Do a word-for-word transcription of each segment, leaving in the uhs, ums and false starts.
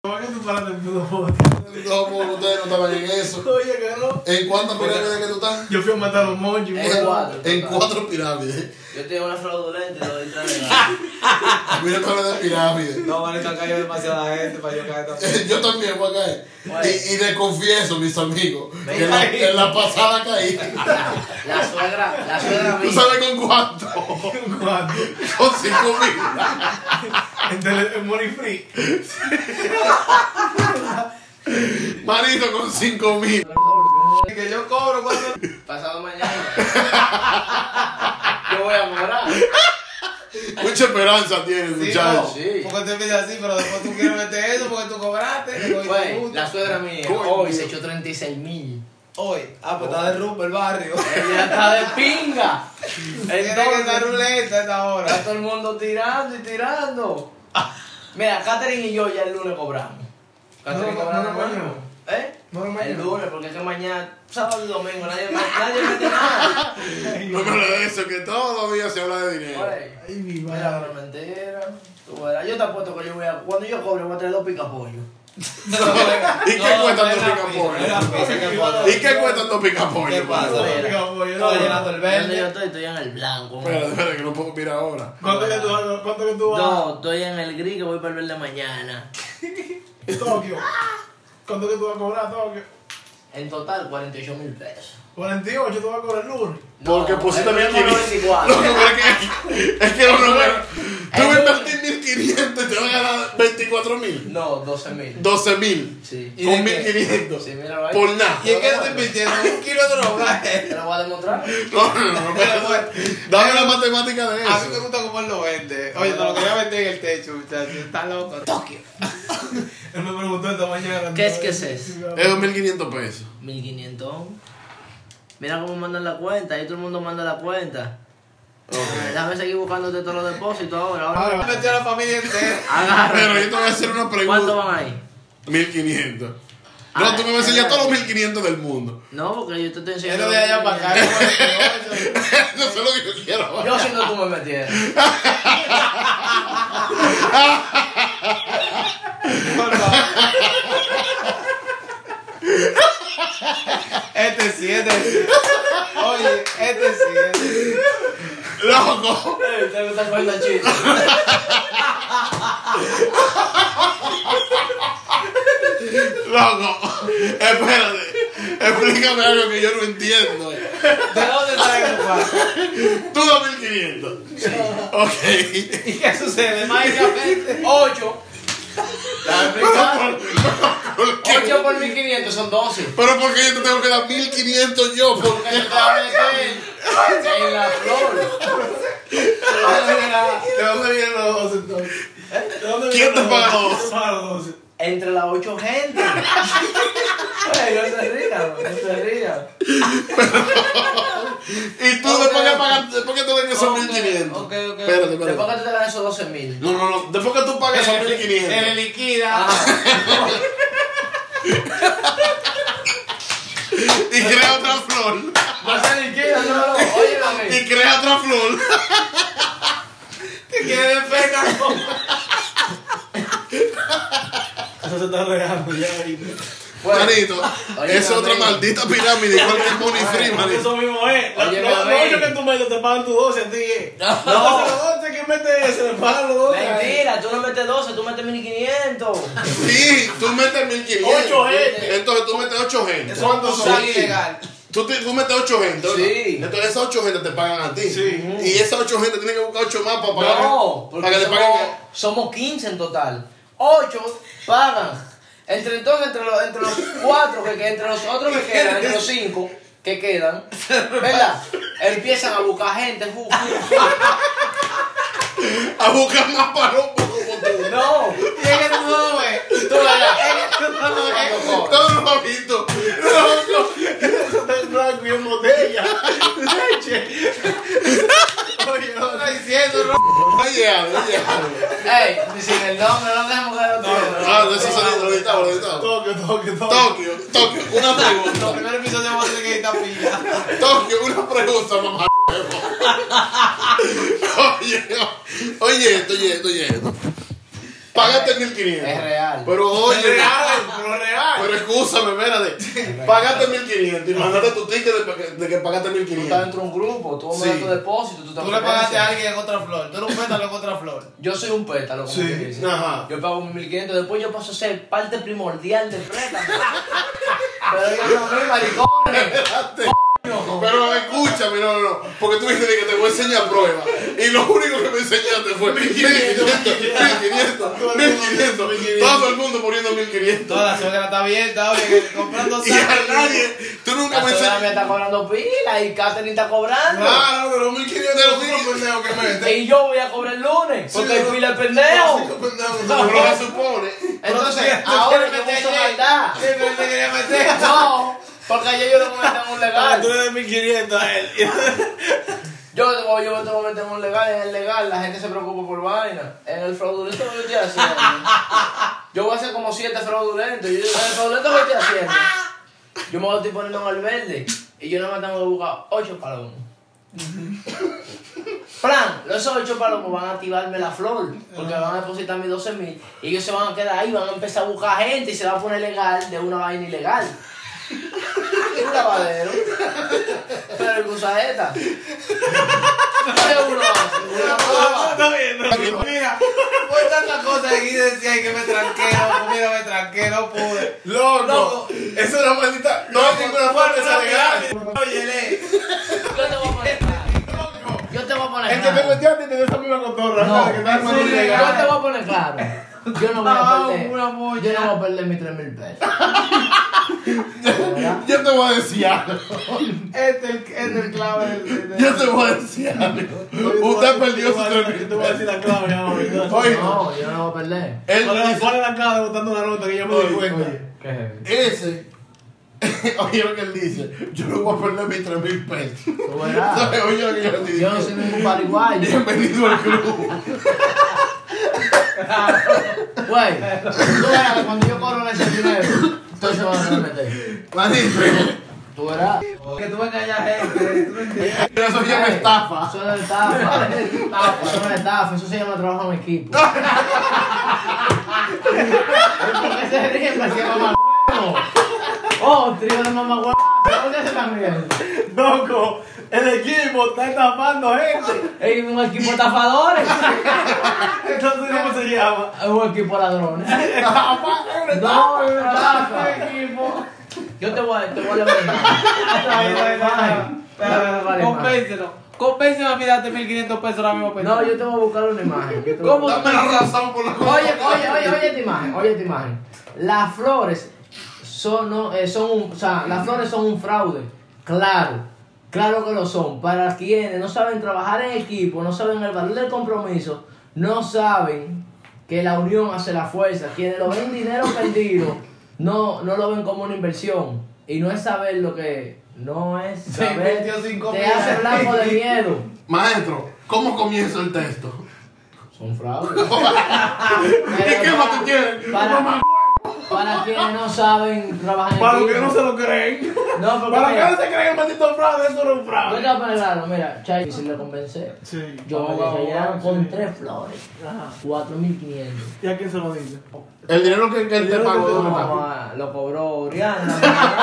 ¿Por qué tú paraste en dos monos? No, porque ustedes no estaban en eso. Oye, que no. ¿En cuántas pirámides que tú estás? Yo fui a matar a los monchis. En cuatro. En cuatro pirámides. Yo tengo una fraudulenta y lo doy tres de Mira para de pirámides. No, van a caer demasiada gente para yo caer también. Yo también voy a caer. Bueno. Y, y les confieso, mis amigos, que Venga. en la, en la pasada caí. La suegra, la suegra ¿Tú mía. sabes con cuánto? ¿Cuánto? Con cinco mil. En, tele, en Money Free. Manito, con cinco mil. Que yo cobro cuando. Pasado mañana. Yo voy a cobrar. Mucha esperanza tienes, Sí, muchachos. no, Sí. Porque te pide así, pero después tú quieres meter eso porque tú cobraste. Que hoy te Güey, gusta. la suegra mía Coño. hoy se echó treinta y seis mil. Hoy. Ah, pues está de rumbo el barrio. Ella está de pinga. Tiene que estar Entonces, ruleta a esta hora. está todo el mundo tirando y tirando. Mira, Catherine y yo ya el lunes cobramos. Catherine No, no, cobramos no, no, mañana. no. ¿Eh? No, no, El mañana. lunes, porque es que mañana, sábado y domingo, nadie, nadie mete nada. No me hables de eso, que todos los días se habla de dinero. Güey, Ay, mi mira, madre. pero mentira. Tú verás. Yo te apuesto que yo voy a, cuando yo cobre voy a traer dos picapollos. ¿Y qué cuestan dos picapollos? ¿Y qué cuestan dos picapollos? ¿Qué pasa? No, Mira. pica pollo, Estaba no. llenando el Donde yo verde. estoy, estoy en el blanco. Espérate, espérate, que no puedo mirar ahora. ¿Cuánto que tú vas? ¿Cuánto que tú vas? No, estoy en el gris que voy para el verde mañana. Tokio. ¿Cuánto que tú vas a cobrar, Tokio? En total, cuarenta y ocho mil pesos. cuarenta y ocho tú vas a cobrar el lunes. Porque pusiste el mil número quinientos. veinticuatro. Loco, pero es que, es que los números. Tú el vas a número- invertir mil quinientos y te van a dar veinticuatro mil. No, doce mil. doce mil. Sí. ¿Y Con de mil qué? quinientos. Sí, míralo ahí. Por nada. ¿Y en qué estás invirtiendo? Un kilo de droga. Te lo voy a demostrar. No, no, no, no. Pero bueno, Dame la matemática de a mí me eso. gusta cómo él lo vende. Oye, te lo quería vender en el techo, muchachos. Está loco. Tokio. Él me preguntó esta mañana. ¿Qué es que es eso? Es dos mil quinientos pesos. mil quinientos. Mira cómo mandan la cuenta. Ahí todo el mundo manda la cuenta. Eh, Déjame seguir buscándote todos los depósitos ahora. ahora. Ahora metió a la familia entera. Agarra. Pero yo te voy a hacer una ¿Cuánto pregunta. van ahí? mil quinientos. Ah, No, tú me vas a enseñar eh, todos los mil quinientos del mundo. No, porque yo te estoy Él enseñando. lo de allá para acá. Eso es lo que yo quiero. Yo si no tú me metieras. Este sí, este sí. Oye, este sí, este sí. Loco. Eh, Te gusta cogiendo chiste. Loco. Espérate. Explícame algo que yo no entiendo. ¿De dónde traen tu padre? Tú dos mil quinientos. Ok. ¿Y qué sucede? Mágicamente. ocho. Déjame explicar. ¿Por qué? ocho por mil quinientos son doce. Pero ¿por qué yo te tengo que dar mil quinientos yo? ¿Por Porque qué? te va a meter en la flor. ¿De dónde vienen los dos entonces? ¿De dónde ¿Quién vienen te los paga dos? dos? ¿Quién te paga los doce? Entre las ocho gente. Oye, no se rían, no se rían. Y tú después que pagas, después que te den esos mil quinientos. Ok, ok. Espérate, Después espérate. que te dan esos doce mil. No, no, no. Después que tú pagues esos mil Él quinientos. liquida. Y crea otra flor. No se liquida, no, no. Óyeme. Y crea otra flor. Te quiere de pena. Eso se está regando ya ahí. Bueno, Manito, oye, es otra amigo. maldita pirámide igual que el Money Free, manito. Eso mismo es. Los Oye, los a ver. ocho que tú metes te pagan tus doce a ti. eh. No. Entonces los doce que mete se le pagan los doce. Mentira, tú no metes doce, tú metes mil quinientos. Sí, tú metes mil quinientos. Ocho gente. Entonces tú metes ocho gente. ¿Cuántos Son son? ilegal. Tú, te- tú metes ocho gente, ¿verdad? Sí. Entonces esas ocho gente te pagan a ti. Sí. Y esas ocho gente tienen que buscar ocho más para pagar. No, para porque que le somos, paguen. somos quince en total. ocho pagan. Entre entonces, entre los, entre los cuatro que quedan, entre los otros que quedan, entre los cinco que quedan, ¿verdad? Empiezan a buscar gente. Fu, fu, fu. A buscar más palomos como tú. No, Y es que tú no lo ves. tú verás. Tú no lo ves. Todos los bajitos. Loco. Eso está en blanco y en botella. Leche. Oye, No está diciendo, no. Oye, algo, oye, algo. Ey, sin el nombre, no dejemos que lo tiene. Ah, de eso salió, lo editaba, lo editaba. Tokio, Tokio, Tokio. Tokio, Tokio, una Los pregunta. primeros episodios vamos a tener que editar pila. Tokio, una pregunta, mamá. Oye, oye esto, oye esto, oye esto. Pagaste mil quinientos. Es real. Pero oye, Real, pero real. pero escúchame, espérate. Pagaste mil quinientos y mandaste tu ticket de, de que pagaste mil Tú estás quinientos. dentro de un grupo, tú vas Sí. a tu depósito, tú, te Tú le pagaste a ofreces. alguien en otra flor. Tú eres un pétalo en otra flor. Yo soy un pétalo, como Sí. que dice. Ajá. Yo pago mis mil quinientos, después yo paso a ser parte primordial del préstamo. Pero yo no me maricones. Espérate. Pero escúchame, no, no, no. Porque tú dijiste que te voy a enseñar pruebas. Y lo único que me enseñaste fue mil quinientos, mil quinientos, mil quinientos. Todo el mundo poniendo mil quinientos. Toda la suegra está abierta, oye, que comprando Y a nadie, tú nunca La me señora me enseñaste. está cobrando pila y Catherine está cobrando. Claro, de los mil quinientos de los cinco pendejos que meten. Y yo voy a cobrar el lunes, porque hay Sí, pila de Los pendejo. cinco pendejos. Pero se supone. Entonces, Tú ahora quieres yo meter uso ayer. maldad. Siempre te quería meter. No, porque ayer yo lo comenté en un legal. Tú le das mil quinientos a él. Yo, yo, yo me tengo que meter en un legal, en el legal la gente se preocupa por vaina. En el fraudulento que yo estoy haciendo. Yo voy a hacer como siete fraudulentos. Yo, en el fraudulento que estoy haciendo, yo me lo estoy poniendo en el verde. Y yo nada más tengo que buscar ocho palomos. Plan, los ocho palomos van a activarme la flor. Porque van a depositar mis doce mil. Y ellos se van a quedar ahí, van a empezar a buscar gente y se va a poner legal de una vaina ilegal. Un lavadero. Pero el esta. ¿Qué uno hace? Una prueba. Está viendo. Mira, por tantas cosas aquí decía que me tranqué, no, mira, me tranqué, no pude. Loco. Loco. Eso es una maldita. No hay ninguna forma de ser legal. Oye, lee. Yo te voy a poner claro. Yo te voy a poner El que te claro. metió a ti te dio esa misma cotorra. No, ¿verdad? Que está armando sí, ilegal. yo te voy a poner claro. Yo no voy a No, perder. una moña. Yo no voy a perder mis tres mil pesos. ¿Verdad? Yo te voy a decir algo. Este es el, este es el clave del. del- Yo te voy a decir algo. Usted perdió su tres Yo te mil. voy a decir la clave ahora. Oye, No, yo no voy a perder. él ¿Cuál dice- es la clave botando una nota que yo me doy cuenta? ¿Qué ese. Oye lo que él dice. Yo no voy a perder mis tres mil pesos. Tú verás. Oye lo que yo te Yo no soy ningún pariguayo. Bienvenido al club. Güey, tú verás que cuando yo cobro ese dinero, entonces van a meter. Manito. Tú verás. Que tú engañas gente. tú no entiendes. Eso se llama estafa. Eso es estafa. Eso no es estafa, eso se llama trabajo en equipo. ¿Por qué se ríen? Me hacía mamá huevo. Oh, trío de mamá huevo. ¿Cómo se hace también? Loco, el equipo está estafando gente. Es un equipo de estafadores. Entonces, ¿cómo se llama? Es un equipo de ladrones. No, es una estafa. Yo te voy a, te voy a levantar. Convéncelo. Convéncelo a mí, date mil quinientos pesos ahora mismo. No, yo te voy a buscar una imagen. Yo te voy a- ¿Cómo? Dame la razón por la Oye, oye, oye, oye esta imagen, oye esta imagen. Las flores son, no, eh, son un, o sea, las flores son un fraude. Claro, claro que lo son. Para quienes no saben trabajar en equipo, no saben el valor del compromiso, no saben que la unión hace la fuerza. Quienes lo ven dinero perdido, no, no lo ven como una inversión. Y no es saber lo que, no es Se saber, invirtió cinco te mil hace ahí. blanco de miedo. Maestro, ¿cómo comienza el texto? Son fraudes. ¿Y qué más tú quieres? Para, para quienes no saben trabajar en Para los equipo. que no se lo creen. No, porque Para los que mira, no se creen el maldito fraude, eso no es un yo te fraude. voy a poner claro, mira, Chay, difícil de convencer. Sí. Yo me Abogado, dije, ya abogado, con sí. tres flores, Ajá. cuatro mil quinientos. ¿Y a quién se lo dice? El dinero que, que él te El dinero pagó, que te ¿dónde pagó. está? No, ah, lo cobró Oriana.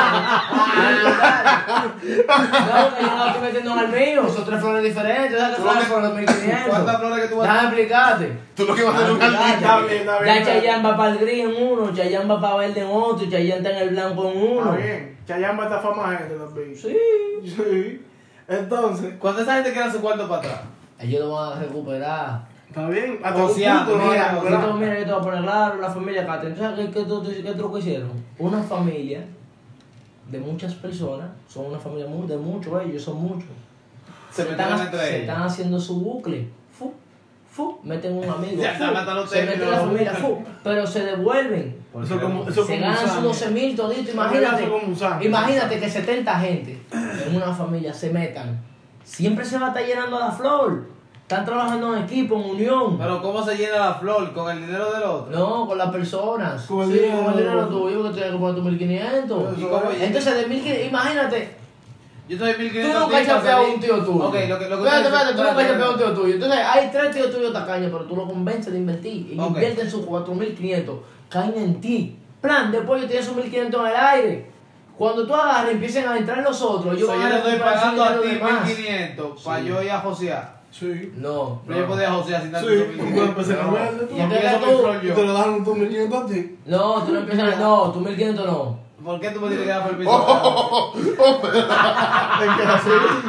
No, porque yo no estoy metiendo en el mío, son tres flores diferentes, deja que flores por dos mil quinientos. ¿Cuántas flores que tú vas a Déjame explicarte. Tú lo que vas a hacer un Déjame jardín. Está explicarte. bien, está bien. Ya Chayanne va para el gris en uno, Chayanne va para verde en otro, Chayanne está en el blanco en uno. Está bien. Chayanne va a estafar más gente también. Sí. Sí. Entonces, Cuando esa gente quiera su cuarto para atrás. Ellos lo van a recuperar. está bien. Hasta O un sea, punto, ¿no? Mira, Van a yo te, recuperar. mira, yo te voy a poner claro, la familia Catherine. ¿Sabes qué, qué, qué, qué truco hicieron? Una familia de muchas personas, son una familia muy, de muchos, ellos son muchos. Se están, metieron entre se ellos. están haciendo su bucle. Fu, fu, meten un amigo. Ya fu, están hasta los se mete términos, la los familia, bucles. fu, pero se devuelven. Eso como, eso Se como ganan sus Musang. doce mil toditos. Eso Imagínate, como Musang. imagínate que setenta gente en una familia se metan. Siempre se va a estar llenando la flor. Están trabajando en equipo, en unión. Pero ¿cómo se llena la flor? ¿Con el dinero del otro? No, con las personas. Con el sí, dinero. con el dinero tuyo que tienes que poner tu mil quinientos. Eso ¿Y cómo es. Entonces, de mil quinientos, imagínate, Yo te doy mil Tú quinientos. nunca has chapeado a un tío tuyo. Ok, lo que lo que Espérate, espérate, tú nunca has espérate, chapeado a un tío tuyo. Entonces, hay tres tíos tuyos tacaños, pero tú lo convences de invertir. Y Ok. invierten sus cuatro mil quinientos. Caen en ti. Plan, después yo tienes sus mil quinientos en el aire. Cuando tú agarras y empiecen a entrar los otros, yo So, voy yo a le estoy recuperar ese pagando a dinero ti de más. mil quinientos para Sí. yo ir a josear. Sí. No. Pero yo podía josear sin darte Sí, esos tú mil puedes quinientos. empezar a vender tú. Ya que Empiezo tú- mi flor Y yo. te lo dan tus mil quinientos a ti. No, tú no empiezas. No, tu mil quinientos no. ¿Por qué tú me tienes que dar permiso? Es que así.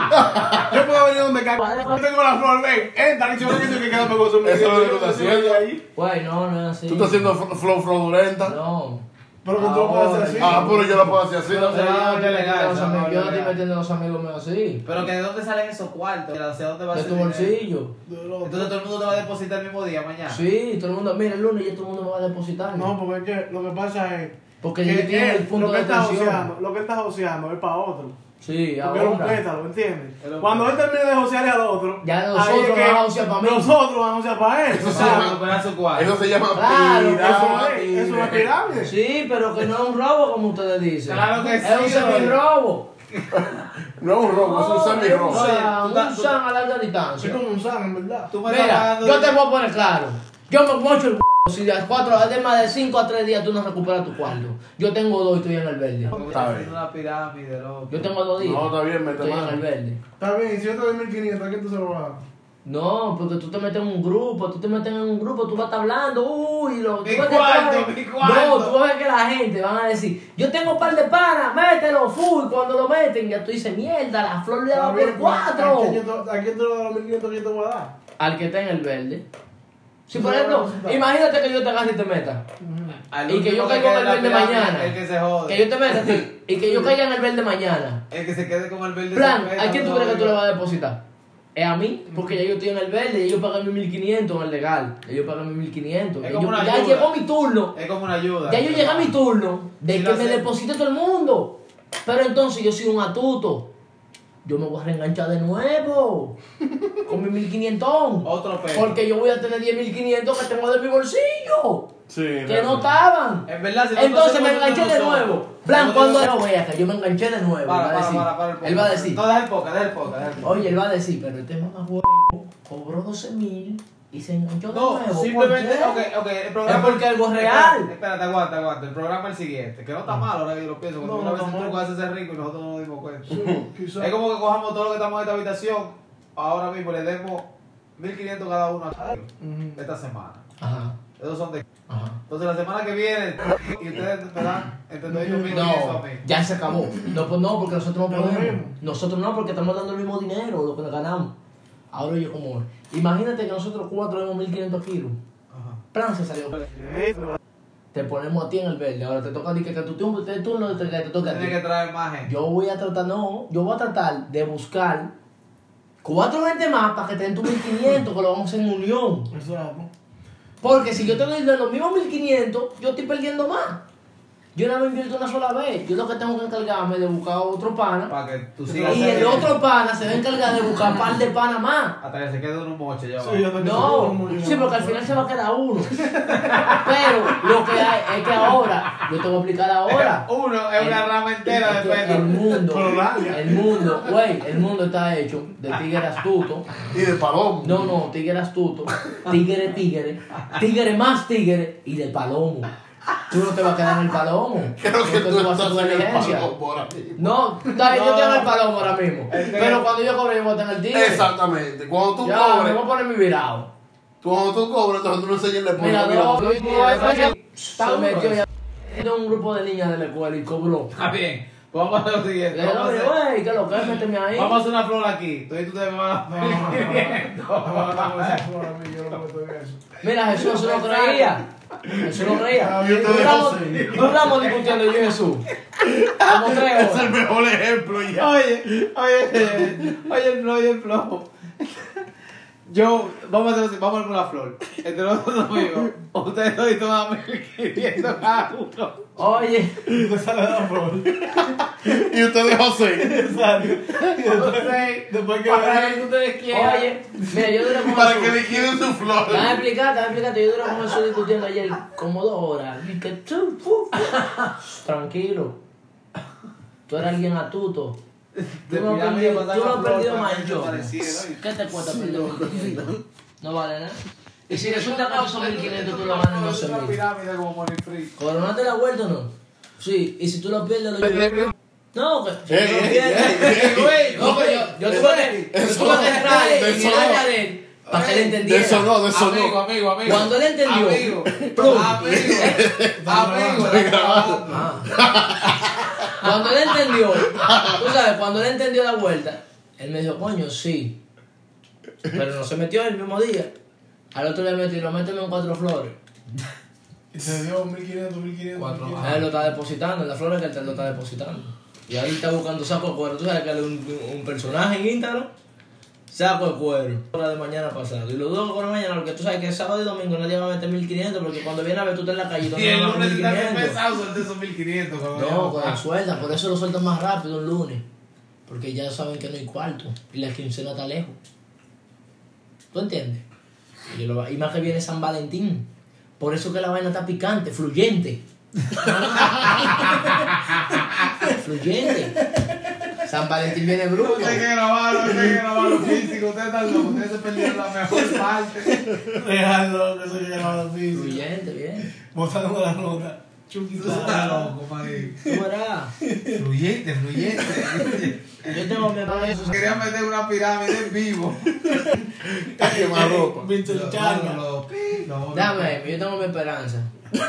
Yo puedo venir donde caiga. Yo tengo la flor, ven. Entra, y si no dice que queda con esos mil Eso es lo que tú quinientos, estás yo haciendo. ahí. Güey, no, no es así. Tú estás haciendo fl- flow fraudulenta. No. Pero que tú lo puedes hacer así. Ah, pero yo lo puedo hacer así. Yo no ¿no? sé, no, yo no no, estoy metiendo legal, los no, amigos- no, yo no estoy legal. metiendo a los amigos míos así. Pero que de dónde salen esos cuartos, ¿hacia dónde va a De ser tu dinero? bolsillo. Entonces todo el mundo te va a depositar el mismo día, mañana. Sí, todo el mundo, mira, el lunes ya todo el mundo me va a depositar. No, porque es que lo que pasa es Porque que yo tiene él, el punto lo que de está atención. joseando, lo que él está joseando es para otro. Sí, Porque él es un ahora. pétalo, ¿entiendes? Él es un Cuando él termine de josearle al otro, Ya ahí nosotros es que vamos a josear para mí. Nosotros vamos a josear para él. Eso o se sea, llama- recuperar su cuarto. Eso se llama Claro, eso es, pirámide. eso es pirámide. Sí, pero que no es un robo como ustedes dicen. Claro que es sí, un semi-robo. No es un robo, es un No, semi-robo. Es un san, Oye, tú estás- un san a larga Es distancia. como un san, en verdad. Tú me estás Mira, pagando. yo te voy a poner claro. Yo me mocho el c***. Si de cuatro, de más de cinco a tres días tú no recuperas tu cuarto. Yo tengo dos y estoy en el verde. Está bien. Es una pirámide, loco. Yo tengo dos días. No, está bien, mete Estoy en el mano. verde. Está bien, si yo te doy mil quinientos, ¿a qué tú se lo vas a dar? No, porque tú te metes en un grupo, tú te metes en un grupo, tú vas a estar hablando, uy, lo, tú Mi vas a cuarto, estar- mi cuarto. No, tú vas a ver que la gente van a decir, yo tengo un par de panas, mételo, full, cuando lo meten, ya tú dices, mierda, la flor le Está va bien, por pues, cuatro. ¿A quién yo te- a quién te lo das los mil quinientos que yo te voy a dar? Al que está en el verde. Si No, por ejemplo, no, no. imagínate que yo te agarre y te meta. Al Y que yo último caigo en quede el la verde pirámide, mañana. El que se jode. Que yo te meta a ti, y que yo caiga en el verde mañana. El que se quede con el verde. Plan, se pega, ¿a quién tú no, crees que tú no. le vas a depositar? Es a mí, porque ya yo estoy en el verde, ya yo pagué mis mil quinientos en el legal, ya yo pagué mis mil quinientos, Es ya, como yo- una ya ayuda. llegó mi turno, Es como una ayuda. ya yo llegué a mi turno de Sí, que lo me sé. deposite todo el mundo, pero entonces yo soy un atuto, yo me voy a reenganchar de nuevo con mi mil quinientos, Otro peso. porque yo voy a tener diez mil quinientos que tengo de mi bolsillo, Sí, que no estaban. En verdad, si tú Entonces te me haces enganché de nosotros, nuevo. Plan, nosotros- cuando no vea que yo me enganché de nuevo. Para, él va a para, decir, para, para el poco. él va a decir, No, deja el poca, deja el poca, deja el poca. oye, él va a decir, pero este mamá cobró doce mil y se enganchó de No, nuevo. simplemente, ¿Por qué? ok, ok, el programa... Es porque algo es Espérate, real. Espérate, aguanta, aguanta. El programa es el siguiente, que no está mal, ahora que yo lo pienso, porque No, una no vez está el truco mal. hace ser rico y nosotros no nos dimos cuenta. Quizás. Es como que cojamos todo lo que estamos en esta habitación, ahora mismo le demos mil quinientos cada uno a Ujú. esta semana. Ajá, Esos son de... ajá. Entonces la semana que viene, y ustedes me dan entre todos mil quinientos a No, mí. ya se acabó. No, pues no, porque nosotros no Es lo podemos. mismo. Nosotros no, porque estamos dando el mismo dinero, lo que nos ganamos. Ahora yo como, imagínate que nosotros cuatro demos mil quinientos kilos. Ajá. Plan se salió. Te ponemos a ti en el verde. Ahora te toca a ti que, que tu turno, te turno te, que te toca a ti. Tienes que traer más gente. Yo voy a tratar, no, yo voy a tratar de buscar cuatro gente más para que te den tu mil quinientos, que lo vamos a hacer en unión. Exacto. Porque si yo te doy de los mismos mil quinientos, yo estoy perdiendo más. Yo no me invierto una sola vez. Yo lo que tengo que encargarme de buscar otro pana. Para que tú sigas Y el haciendo- otro pana se va a encargar de buscar un par de pana más. Hasta que se quede uno moche ya va. Sí, yo también No, soy sí, porque al final se va a quedar uno. Pero lo que hay es que ahora, yo te voy a explicar ahora. Uno es una El- rama entera es de que el pelo. mundo, Pero larga. el mundo, güey, el mundo está hecho de tigre astuto. Y de palomo. No, no, tigre astuto, tigre tigre, tigre más tigre y de palomo. Tú no te vas a quedar en el palomo. Creo que porque tú vas a estás hacer tu en el diligencia. palomo ahora mismo. No, está bien, yo estoy en el palomo ahora mismo. Es que- Pero cuando yo cobre, yo voy a tener el tigre. Exactamente. Cuando tú Ya, me cobres, voy a poner mi virado. cuando tú cobres, entonces tú no enseñas el Mira, mira, no, mira. yo- yo- yo- se duro metió eso. ya de un grupo de niñas de la escuela y cobró. Está bien. Pues vamos a hacer lo siguiente. Le dije, Vamos a oye, hacer, güey, ¿qué lo que es? Méteme ahí. vamos a hacer una flor aquí. Tú y tú te me vas a No, no, no, no, no, no, no, eso para mí, yo no me meto en eso. Mira, Jesús eso lo creía. Jesús lo creía. Ah, yo te dejo Duramos, así. duramos discutiendo yo y Jesús. Como tres Es el horas. mejor ejemplo ya. Oye, oye, oye el flow, oye el flow. Yo, vamos a hacer así, vamos a poner una flor. Entre nosotros amigos, ustedes dos y toman mil quinientos cada uno. Oye, Y te sale la flor. Y usted dejó seis. Exacto. Y después, después que para que ustedes quieran. Oye, mira, yo duré con Para Jesús. que liquiden su flor. Te voy a explicar, te voy a explicar. Yo duré con Jesús discutiendo ayer como dos horas. Y que tú, fu, fu. Tranquilo. Tú eres alguien astuto. Tú no has perdido, tú no has perdido más yo. ¿Qué te cuesta perder mil quinientos? No vale nada. Y si resulta que esos mil quinientos tú lo ganas en doce mil. ¿Coronaste la vuelta o no? Sí, y si tú lo pierdes, lo llevas. No, que si tú lo pierdes. No, que yo, yo tuve que, yo tuve que entrar y mirarle a él para que él entendiera. De eso no, de eso no. Amigo, amigo, amigo. Cuando él entendió. Amigo, ¡plum! amigo, amigo. Cuando él entendió, tú sabes, cuando él entendió la vuelta, él me dijo, coño, sí. Pero no se metió el mismo día. Al otro le metí, lo méteme en cuatro flores. Y se dio mil quinientos, mil quinientos. Él lo está depositando, en las flores que él te lo está depositando. Y ahí está buscando saco de cuero. Tú sabes que él es un, un personaje en Instagram. Saco de cuero. Hora de mañana pasado. Y los dos con la mañana, porque tú sabes que el sábado y domingo nadie va a meter mil quinientos, porque cuando viene a ver tú estás en la calle, tú Y el no vas a lunes mil está quinientos. empezado suelta esos mil quinientos. No, con la suelta, por eso lo sueltan más rápido el lunes. Porque ya saben que no hay cuarto y la quincena está lejos. ¿Tú entiendes? Y, yo lo- y más que viene San Valentín. Por eso que la vaina está picante, fluyente. Fluyente. San Valentín viene bruto. Usted hay que grabarlo, usted hay que grabarlo físico. Ustedes están locos, ustedes se perdieron la mejor parte. Real, loco, eso que era lo físico. Fluyente, bien. Botando la nota. Tú estás loco, país. ¿Cómo era? Fluyente, fluyente. Yo tengo mi hermano. Quería meter una pirámide en vivo. Quemar ropa. Vincent Changa. Dame, yo tengo mi esperanza.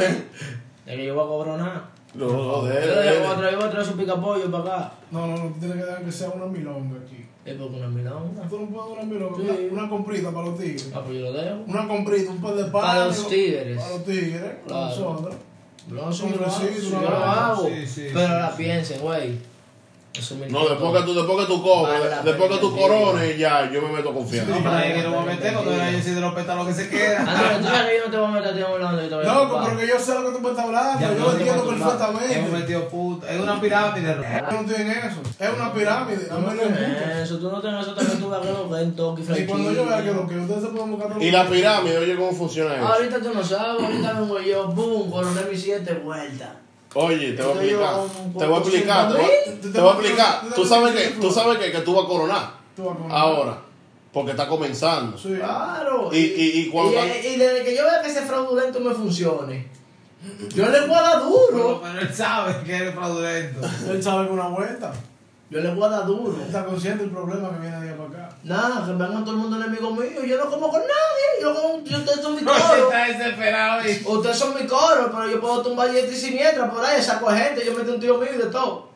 De que yo voy a cobrar nada. No, no, Yo de le voy a él. traer, yo voy a traer su picapollo para acá. No, no, no, tú tienes que dar que sea una milonga aquí. Es porque una milonga. Tú no puedes dar una milonga, Sí. una, una comprita para los tigres. Ah, pues yo lo dejo. Una comprita, un par de panes. Para los tigres. Para los tigres, para Claro. nosotros. No, sí, Un yo lo hago, recito, sí, una yo lo vaina. hago. Sí, sí, Pero sí, ahora sí. piensen, güey. Eso me No, después que tú, después que tú cobres, Vale la después que tú pena, corones, ya, yo me meto confianza. No, pero ahí que no voy a meter cuando era yo soy de los pétalos que se quedan. Andrés, tú sabes que yo no te voy a meter a ti hablando, yo te voy a No, ocupar. porque yo sé lo que tú me estás hablando. Ya, yo no lo te entiendo voy a tumbar. Hemos perfectamente. metido puta. Es una pirámide. Yo no estoy en eso. Es una pirámide. Tú A no mí no me tienes gusta. eso, tú no tienes eso, también tú vas a que lo ven, toque y Y cuando yo vea que lo franquicia. que ustedes se pueden buscar todo Y lo la que- pirámide, oye, ¿cómo funciona eso? Ahorita tú no sabes, ahorita vengo yo, boom, coroné mis siete vueltas. Oye, te voy a Estoy yo explicar. con- Te voy a con explicar. Te voy a- Tú te voy a explicar. tú Tú te- sabes tú que, te- tú sabes que, que tú vas a coronar. Tú vas con- Ahora. Porque está comenzando. Sí. Claro. Y- y- y cuando- y, y desde que yo vea que ese fraudulento me funcione, yo le voy a dar duro. Pero él sabe que eres fraudulento. Él sabe que una vuelta. Yo le voy a dar duro. Él está consciente del problema que viene de allá para acá. Nada, que vengan todo el mundo enemigo mío. Yo no como con nadie. Yo como, yo- ustedes son mi Porque coro. está desesperado. y- Ustedes son mi coro, pero yo puedo tumbar diestra y siniestra por ahí, saco a gente, yo meto un tío mío y de todo.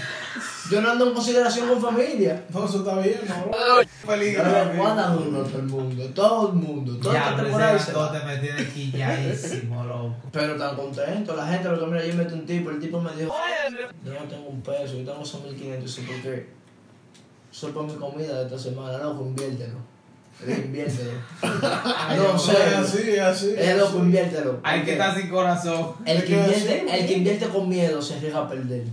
Yo no ando en consideración con familia. No, eso está bien, no. Yo Peligro. le voy a dar duro a todo el mundo, todo el mundo. Toda Ya, esta pero temporada ese se va. grandote me tiene quilladísimo, loco. Pero tan contento, la gente, lo que mira, yo metí un tipo, el tipo me dijo, yo no tengo un peso, yo tengo esos mil quinientos, ¿por qué? Eso es para mi comida de esta semana, loco, inviértelo. Le dije, inviértelo. No Es sé, así, es así. es loco, inviértelo. Hay que estar sin corazón. El Es que, que invierte, así, el que invierte con miedo se arriesga a perder.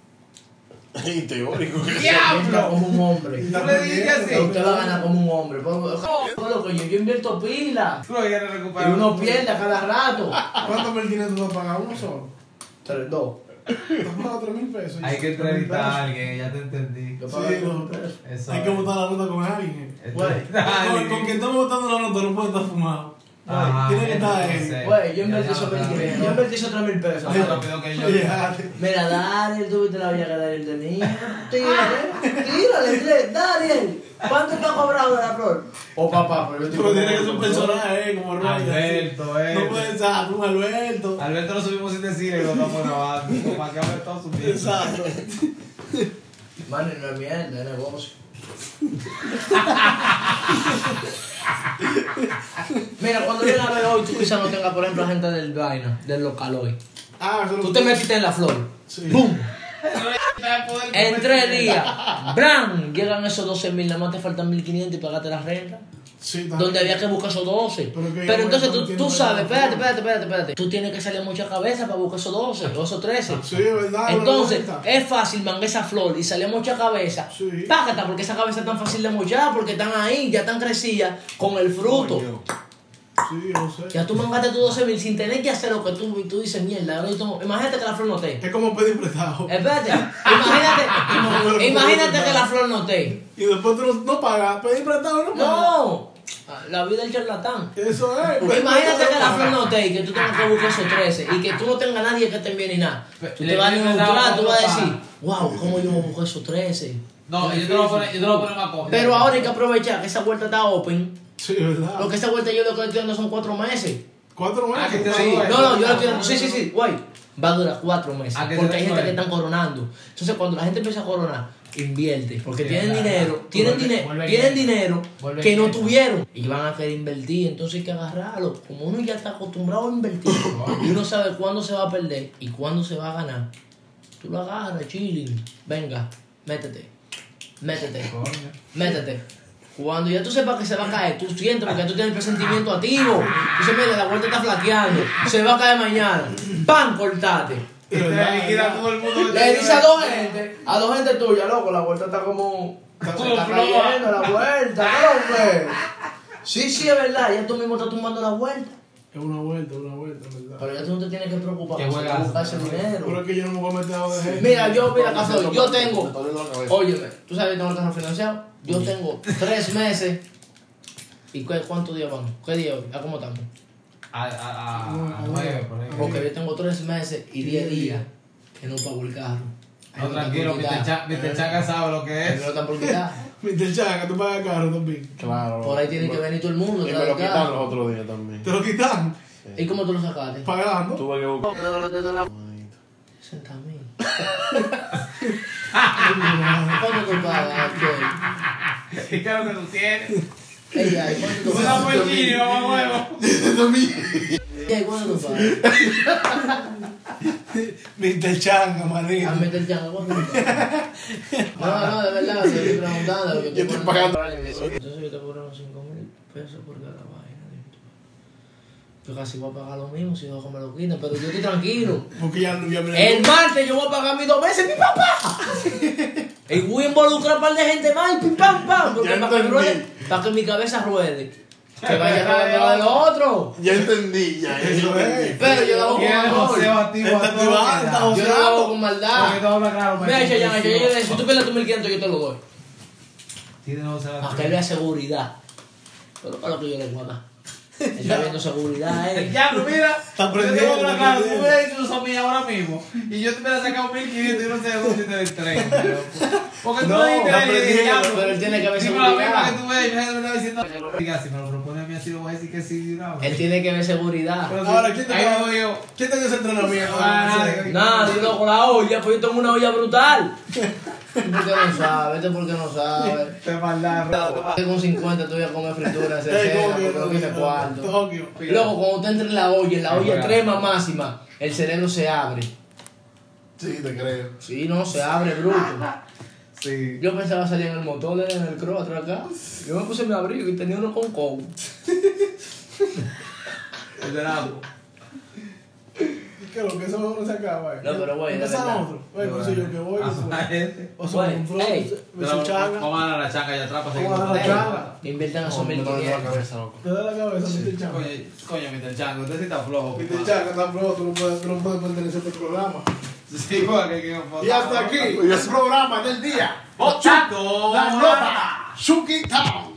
Y teórico que Se ¡Diablo! invierta como un hombre. Tú le digas así. Que usted va a ganar como un hombre. Por lo que yo, yo invierto pila. Tú lo quieres Y recuperar. uno pierde a cada rato. ¿Cuántos mil quinientos tú vas a pagar? ¿Uno solo? Tres, dos. Tú has pagado tres mil pesos. Hay que Tres mil entrevistar a pesos. alguien, ya te entendí. Yo Sí, pago no. dos pesos. Eso Hay que es. botar la nota con alguien. Güey, Entrevistar a Con, alguien. con quien estamos votando la nota no puede estar fumado. Ajá, Tiene que estar eso él. sé. Güey, yo invertí Ya, esos ya, mil ya. quinientos. Yo invertí esos tres mil pesos. Más rápido que yo. Fíjate. Mira, Dariel, tú viste la vida que Dariel tenía. Tírale, tírale, dile, Dariel, ¿cuánto te ha cobrado de la flor? O papá, pero yo te Pero tiene que ser un personaje, eh, como Roy. Alberto, así. eh. No puede ser un Alberto. Alberto lo subimos sin decirle que lo estamos grabando. Para que Alberto subiendo. Exacto. Mano, no es mierda, es negocio. Mira, cuando viene a ver hoy, tú quizás no tengas, por ejemplo, gente del vaina, del local hoy. Ah, eso lo- Tú te metiste en la flor. Sí. ¡Bum! En tres días, ¡bram! Llegan esos doce mil, nada más te faltan mil quinientos y pagaste la renta. Sí, también. Donde había que buscar esos doce. Pero que Pero yo entonces no tú, entiendo tú nada. sabes, espérate, espérate, espérate, espérate. Tú tienes que salir mucha cabeza para buscar esos doce o esos trece. Sí, es verdad. Entonces, no es fácil mangar esa flor y salir mucha cabeza. Sí. Págata, porque esa cabeza es tan fácil de mochar, porque están ahí, ya están crecidas con el fruto. Sí, yo sé. Ya tú mangaste tus doce mil sin tener que hacer lo que tú, tú dices, mierda. Ahora yo tomo- imagínate que la flor no te. Es como pedir prestado. Espérate, imagínate, imagínate que la flor no te. Y después tú no, no pagas. Pedir prestado no pagas. No, la vida del charlatán. Eso es. pedir Imagínate prestado que no la pagas. flor no te y que tú tengas que buscar esos trece y que tú no tengas nadie que te envíe ni nada. Tú Le te vas a pides demostrar, nada, tú vas a papá. decir, wow, ¿cómo yo voy a buscar esos trece? No, yo te lo voy a poner, yo te lo voy a poner más cojo. Pero ahora hay que aprovechar que esa vuelta está open. Sí, ¿verdad? Porque esa vuelta yo lo que estoy dando son cuatro meses. Cuatro Ah, que meses. te Sí, Bueno, no, no, yo bueno, lo estoy dando. bueno, Sí, sí, sí, guay. Va a durar cuatro meses. Ah, que Porque te hay gente que bueno. están coronando. Entonces, cuando la gente empieza a coronar, invierte. Porque Sí, tienen verdad, dinero, verdad. tienen, Vuelve- dinero vuelve tienen lleno. dinero Vuelve que no lleno. tuvieron. Y van a querer invertir. Entonces hay que agarrarlo. Como uno ya está acostumbrado a invertir y uno sabe cuándo se va a perder y cuándo se va a ganar, tú lo agarras, chilling. Venga, métete. Métete. Coño. Métete. Cuando ya tú sepas que se va a caer, tú sientes porque tú tienes el presentimiento activo. Tú dices, mira, la vuelta está flaqueando, se va a caer mañana. ¡Pam! Cortate. Y te liquida todo el mundo. que Le te- dice a dos gente, a dos gente tuya, loco, la vuelta está como. Se está cayendo la vuelta, ¿no, hombre? Sí, sí, es verdad, ya tú mismo estás tumbando la vuelta. Es una vuelta, una vuelta, ¿verdad? Pero ya tú no te tienes que preocupar Qué por juegazo, buscar ese ¿no? Pero dinero. es que yo no me voy a meter a de gente. Mira, yo, mira, Café, yo Me tengo. está doliendo la cabeza. Óyeme, tú sabes que tengo el carro financiado. Yo tengo tres meses. ¿Y qué- cuántos días vamos? ¿Qué día hoy? ¿A cómo estamos? A, a, a, a nueve, por ahí. Porque yo tengo tres meses y diez días que no pago el carro. No, tranquilo, mister Cha- mister Changa sabe lo que Me es. lo están por quitar. mister Chaga, tú pagas caro también. Claro. Por ahí tiene que venir todo el mundo. Y a me lo traer el quitan carro. los otros días también. Te lo quitan ¿Y cómo tú lo sacaste? pagando. Tuve que buscar. sesenta mil. ¿Cuánto tú pagas? ¿Qué? ¿Qué es lo que tú tienes? Ey, ay, ¿cuánto tú Una pagas? puerquini, mamá huevo. Ey, ¿cuánto tú pagas? mister Changa, A manito. meter chango, ¿cuánto tú pagas? No, no, de verdad, te estoy preguntando. Yo estoy pagando. Entonces yo te cobro cinco mil pesos por cada vaina. Yo casi voy a pagar lo mismo si no me lo quitan, pero yo estoy tranquilo. Porque ya no ya me El martes yo voy a pagar mis dos meses, mi papá. Y voy a involucrar a un par de gente más y pim pam pam. Porque Ya para que, entendí. ruede, para que mi cabeza ruede. Que vaya rodando de lo otro. Ya entendí, ya. Eso es. Pero yo lo hago con ¿Quién es José amor. Activo Está a todo activado, que está da? Yo lo hago con maldad. Porque todo habla claro, Mira, maestro. Chayanne, yo yo- si tú pierdes tu mil quinientos yo te lo doy. Tiene José Para que Activo. él vea seguridad. Pero para lo que yo le voy a dar. Él está viendo seguridad, El eh. diablo, mira. Está yo te aprendiendo, voy a hablar está claro, tú aprendiendo. hubieras dicho eso a mí ahora mismo. Y yo te hubiera sacado mil quinientos y no sé de dónde te del tren. Porque tú No, no dijiste está ahí, aprendiendo, diablo. pero él tiene que ver Dime la misma seguridad. que tú ves, y me estaba diciendo. Diga, si me lo propone a mí así, lo voy a decir que sí, de una vez. Él tiene que ver seguridad. Pero Ahora, si- ¿quién te ahí va- lo doy yo. ¿Quién te dio ese entrenamiento? Ah, Sí. nadie. Nadie, loco, la olla, pues yo tengo una olla brutal. ¿Por qué no sabe? Este porque no sabe. Te maldad, robo. Con cincuenta tú voy a comer fritura, Ey, cerveza, ¿cómo porque que no no? tiene cuarto. Tokio. Luego, cuando usted entre en la olla, en la Ay, olla bueno. extrema máxima, el cerebro se abre. Sí, te creo. Sí, no, se abre bruto. Sí. Yo pensaba salir en el motor, en el cross atrás acá. Yo me puse mi abrigo y tenía uno con coco. El del agua. ¿Qué es lo que eso no se acaba? eh? No, pero güey, de Empezamos verdad. otro. Güey, pues soy yo que voy. Ah, eso. la gente. O sea, Güey, un flow, ey. Mister Chaga. Vamos a dar la changa allá atrás para seguir. Vamos a dar la Ey, changa. Inviertan esos No, mil me duele la quinientos. cabeza, loco. Te da la cabeza, mister Chaga. Coño, coño, mister Chango, usted sí está flojo. mister papá. Chaga está flojo, tú no puedes, tú no puedes pertenecer a este programa. Sí, porque que Y hasta aquí, el programa del día. ¡Ochato! La nota, Shuki Town.